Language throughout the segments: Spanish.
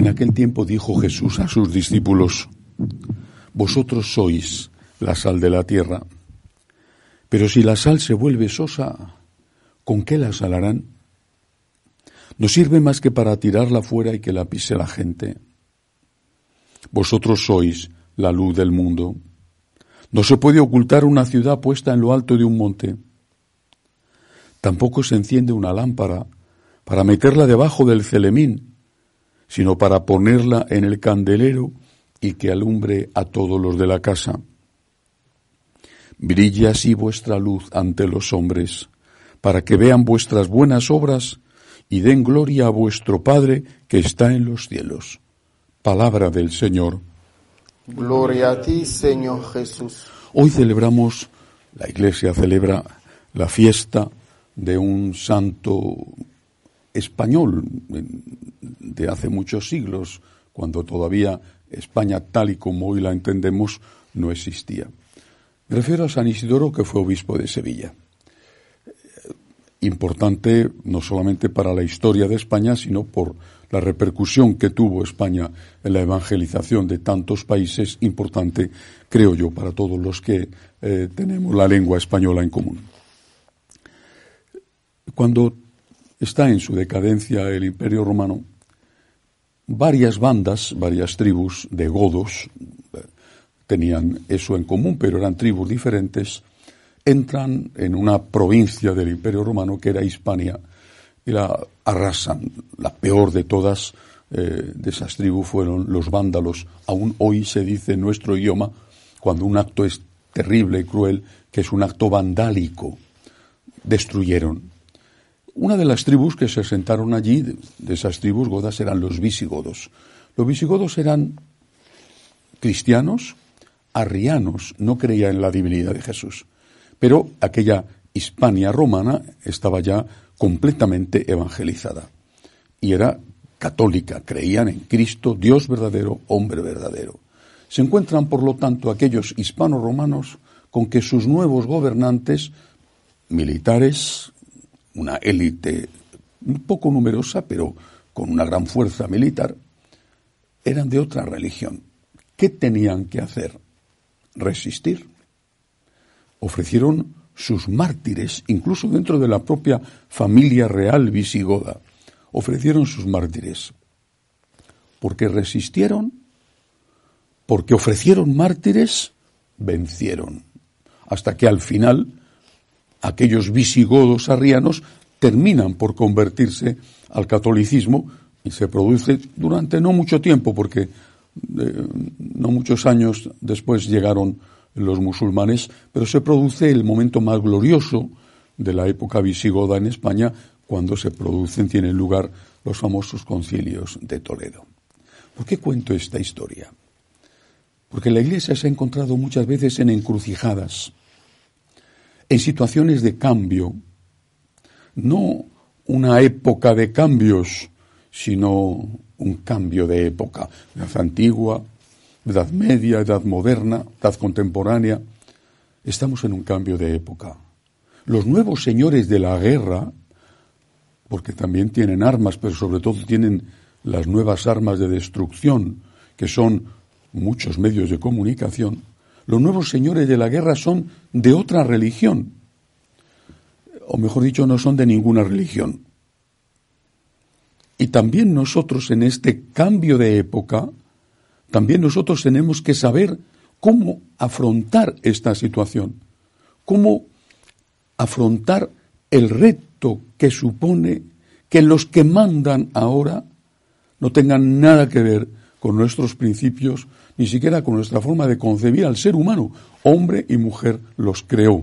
aquel tiempo dijo Jesús a sus discípulos: vosotros sois la sal de la tierra, pero si la sal se vuelve sosa, ¿con qué la salarán? No sirve más que para tirarla fuera y que la pise la gente. Vosotros sois la luz del mundo. No se puede ocultar una ciudad puesta en lo alto de un monte. Tampoco se enciende una lámpara para meterla debajo del celemín, sino para ponerla en el candelero y que alumbre a todos los de la casa. Brille así vuestra luz ante los hombres, para que vean vuestras buenas obras y den gloria a vuestro Padre que está en los cielos. Palabra del Señor. Gloria a ti, Señor Jesús. Hoy la Iglesia celebra la fiesta de un santo español de hace muchos siglos, cuando todavía España tal y como hoy la entendemos no existía. Me refiero a San Isidoro, que fue obispo de Sevilla. Importante no solamente para la historia de España, sino por la repercusión que tuvo España en la evangelización de tantos países, importante, creo yo, para todos los que tenemos la lengua española en común. Cuando está en su decadencia el Imperio Romano, varias bandas, varias tribus de godos, tenían eso en común, pero eran tribus diferentes, entran en una provincia del Imperio Romano que era Hispania y la arrasan. La peor de todas de esas tribus fueron los vándalos. Aún hoy se dice en nuestro idioma, cuando un acto es terrible y cruel, que es un acto vandálico. Destruyeron. Una de las tribus que se asentaron allí, de esas tribus godas, eran los visigodos. Los visigodos eran cristianos, arrianos, no creían en la divinidad de Jesús. Pero aquella Hispania romana estaba ya completamente evangelizada. Y era católica, creían en Cristo, Dios verdadero, hombre verdadero. Se encuentran, por lo tanto, aquellos hispano-romanos con que sus nuevos gobernantes, militares, una élite un poco numerosa, pero con una gran fuerza militar, eran de otra religión. ¿Qué tenían que hacer? Resistir. Ofrecieron sus mártires, incluso dentro de la propia familia real visigoda, ofrecieron sus mártires. Porque resistieron, porque ofrecieron mártires, vencieron. Hasta que al final, aquellos visigodos arrianos terminan por convertirse al catolicismo y se produce durante no mucho tiempo, porque no muchos años después llegaron los musulmanes, pero se produce el momento más glorioso de la época visigoda en España, cuando tienen lugar los famosos concilios de Toledo. ¿Por qué cuento esta historia? Porque la Iglesia se ha encontrado muchas veces en encrucijadas, en situaciones de cambio, no una época de cambios, sino un cambio de época, edad antigua, edad media, edad moderna, edad contemporánea. Estamos en un cambio de época. Los nuevos señores de la guerra, porque también tienen armas, pero sobre todo tienen las nuevas armas de destrucción, que son muchos medios de comunicación, los nuevos señores de la guerra son de otra religión, o mejor dicho, no son de ninguna religión. Y también nosotros en este cambio de época, también nosotros tenemos que saber cómo afrontar esta situación, cómo afrontar el reto que supone que los que mandan ahora no tengan nada que ver con nuestros principios, ni siquiera con nuestra forma de concebir al ser humano. Hombre y mujer los creó.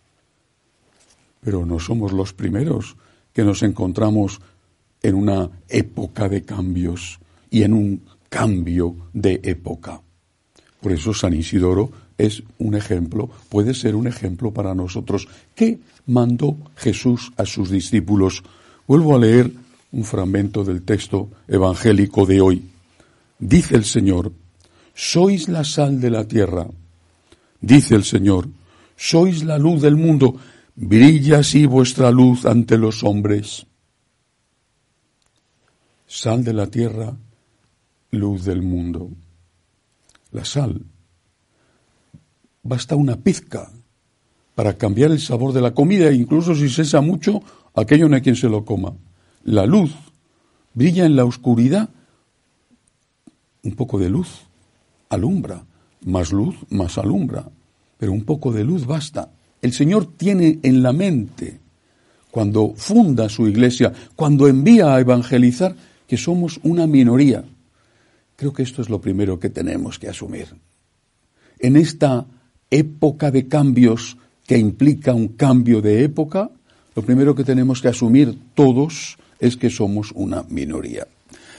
Pero no somos los primeros que nos encontramos en una época de cambios y en un cambio de época. Por eso San Isidoro es un ejemplo, puede ser un ejemplo para nosotros. ¿Qué mandó Jesús a sus discípulos? Vuelvo a leer un fragmento del texto evangélico de hoy. Dice el Señor: sois la sal de la tierra. Dice el Señor: sois la luz del mundo. Brilla así vuestra luz ante los hombres. Sal de la tierra luz del mundo. La sal. Basta una pizca para cambiar el sabor de la comida, e incluso si se echa mucho, aquello no hay quien se lo coma. La luz brilla en la oscuridad. Un poco de luz alumbra, más luz, más alumbra, pero un poco de luz basta. El Señor tiene en la mente, cuando funda su iglesia, cuando envía a evangelizar, que somos una minoría. Creo que esto es lo primero que tenemos que asumir. En esta época de cambios que implica un cambio de época, lo primero que tenemos que asumir todos es que somos una minoría.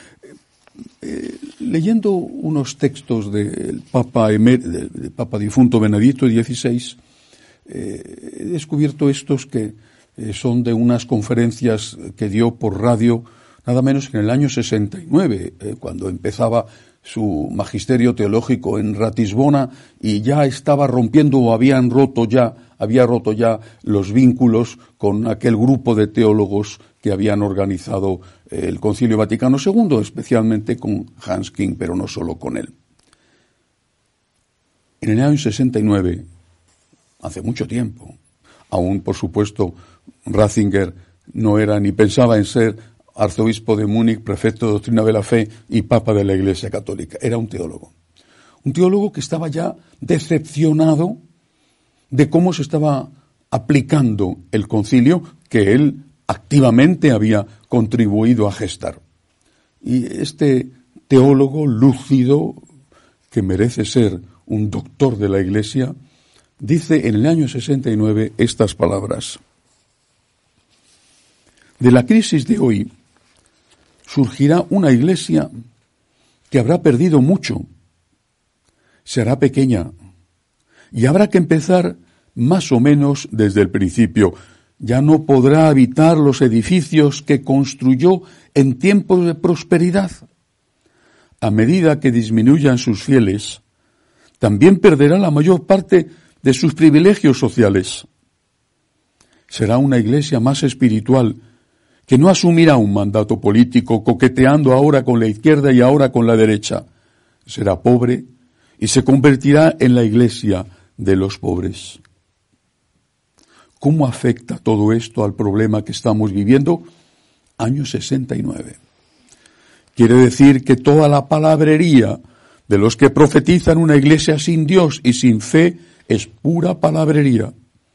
Leyendo unos textos del Papa difunto Benedicto XVI, he descubierto estos que son de unas conferencias que dio por radio nada menos que en el año 69, cuando empezaba su magisterio teológico en Ratisbona y ya estaba rompiendo o había roto ya los vínculos con aquel grupo de teólogos que habían organizado el Concilio Vaticano II, especialmente con Hans King, pero no solo con él. En el año 69, hace mucho tiempo, aún por supuesto Ratzinger no era ni pensaba en ser arzobispo de Múnich, prefecto de doctrina de la fe y papa de la Iglesia Católica. Era un teólogo que estaba ya decepcionado de cómo se estaba aplicando el concilio que él activamente había contribuido a gestar. Y este teólogo lúcido, que merece ser un doctor de la Iglesia, dice en el año 69 estas palabras: de la crisis de hoy surgirá una iglesia que habrá perdido mucho, será pequeña, y habrá que empezar más o menos desde el principio. Ya no podrá habitar los edificios que construyó en tiempos de prosperidad. A medida que disminuyan sus fieles, también perderá la mayor parte de sus privilegios sociales. Será una iglesia más espiritual, que no asumirá un mandato político coqueteando ahora con la izquierda y ahora con la derecha. Será pobre y se convertirá en la iglesia de los pobres. ¿Cómo afecta todo esto al problema que estamos viviendo? Año 69. Quiere decir que toda la palabrería de los que profetizan una iglesia sin Dios y sin fe es pura palabrería.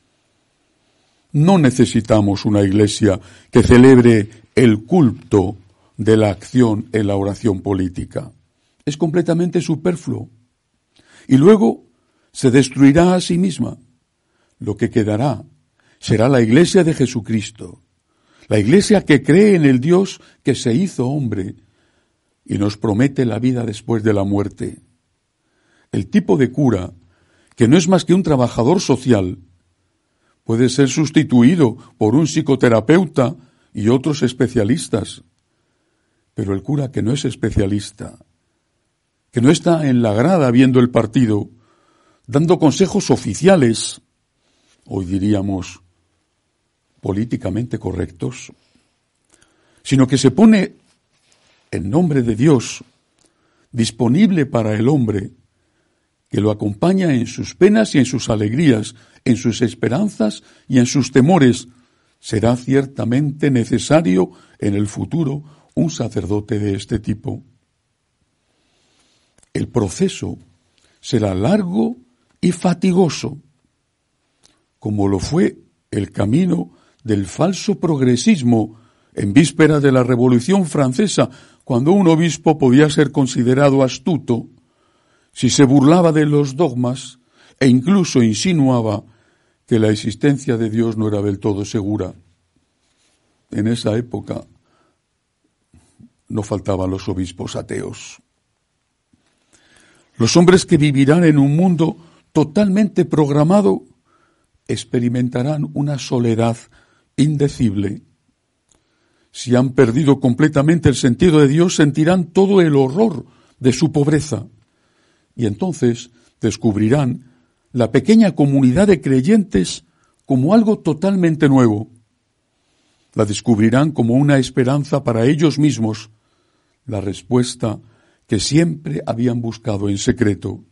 No necesitamos una iglesia que celebre el culto de la acción en la oración política. Es completamente superfluo. Y luego se destruirá a sí misma. Lo que quedará será la iglesia de Jesucristo, la iglesia que cree en el Dios que se hizo hombre y nos promete la vida después de la muerte. El tipo de cura, que no es más que un trabajador social, puede ser sustituido por un psicoterapeuta y otros especialistas. Pero el cura que no es especialista, que no está en la grada viendo el partido, dando consejos oficiales, hoy diríamos políticamente correctos, sino que se pone en nombre de Dios disponible para el hombre, que lo acompaña en sus penas y en sus alegrías, en sus esperanzas y en sus temores, será ciertamente necesario en el futuro un sacerdote de este tipo. El proceso será largo y fatigoso, como lo fue el camino del falso progresismo en víspera de la Revolución Francesa, cuando un obispo podía ser considerado astuto si se burlaba de los dogmas e incluso insinuaba que la existencia de Dios no era del todo segura. En esa época no faltaban los obispos ateos. Los hombres que vivirán en un mundo totalmente programado experimentarán una soledad indecible. Si han perdido completamente el sentido de Dios, sentirán todo el horror de su pobreza. Y entonces descubrirán la pequeña comunidad de creyentes como algo totalmente nuevo. La descubrirán como una esperanza para ellos mismos, la respuesta que siempre habían buscado en secreto.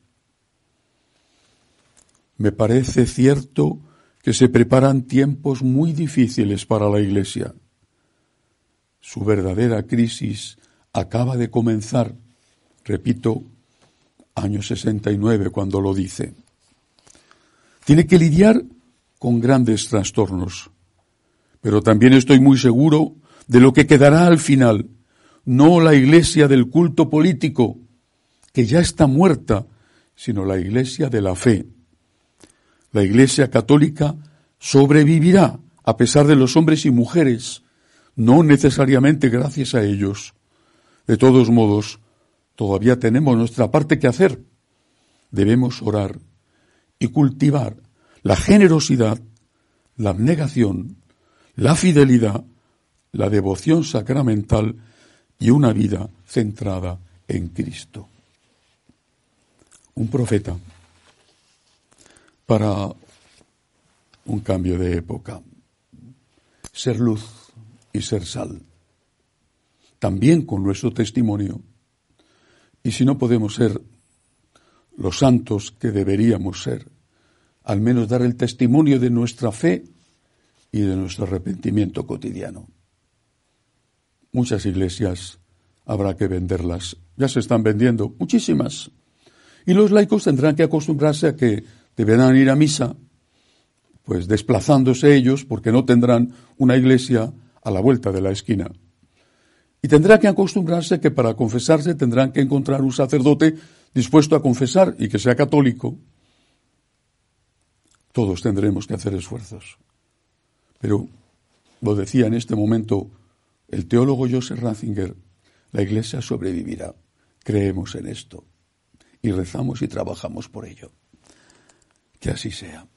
Me parece cierto que se preparan tiempos muy difíciles para la Iglesia. Su verdadera crisis acaba de comenzar, repito, año 69 cuando lo dice. Tiene que lidiar con grandes trastornos, pero también estoy muy seguro de lo que quedará al final, no la Iglesia del culto político, que ya está muerta, sino la Iglesia de la fe. La Iglesia católica sobrevivirá a pesar de los hombres y mujeres, no necesariamente gracias a ellos. De todos modos, todavía tenemos nuestra parte que hacer. Debemos orar y cultivar la generosidad, la abnegación, la fidelidad, la devoción sacramental y una vida centrada en Cristo. Un profeta para un cambio de época. Ser luz y ser sal. También con nuestro testimonio. Y si no podemos ser los santos que deberíamos ser, al menos dar el testimonio de nuestra fe y de nuestro arrepentimiento cotidiano. Muchas iglesias habrá que venderlas. Ya se están vendiendo muchísimas. Y los laicos tendrán que acostumbrarse a que deberán ir a misa, pues desplazándose ellos, porque no tendrán una iglesia a la vuelta de la esquina. Y tendrá que acostumbrarse que para confesarse tendrán que encontrar un sacerdote dispuesto a confesar y que sea católico. Todos tendremos que hacer esfuerzos. Pero, lo decía en este momento el teólogo Joseph Ratzinger, la Iglesia sobrevivirá. Creemos en esto y rezamos y trabajamos por ello. Que así sea.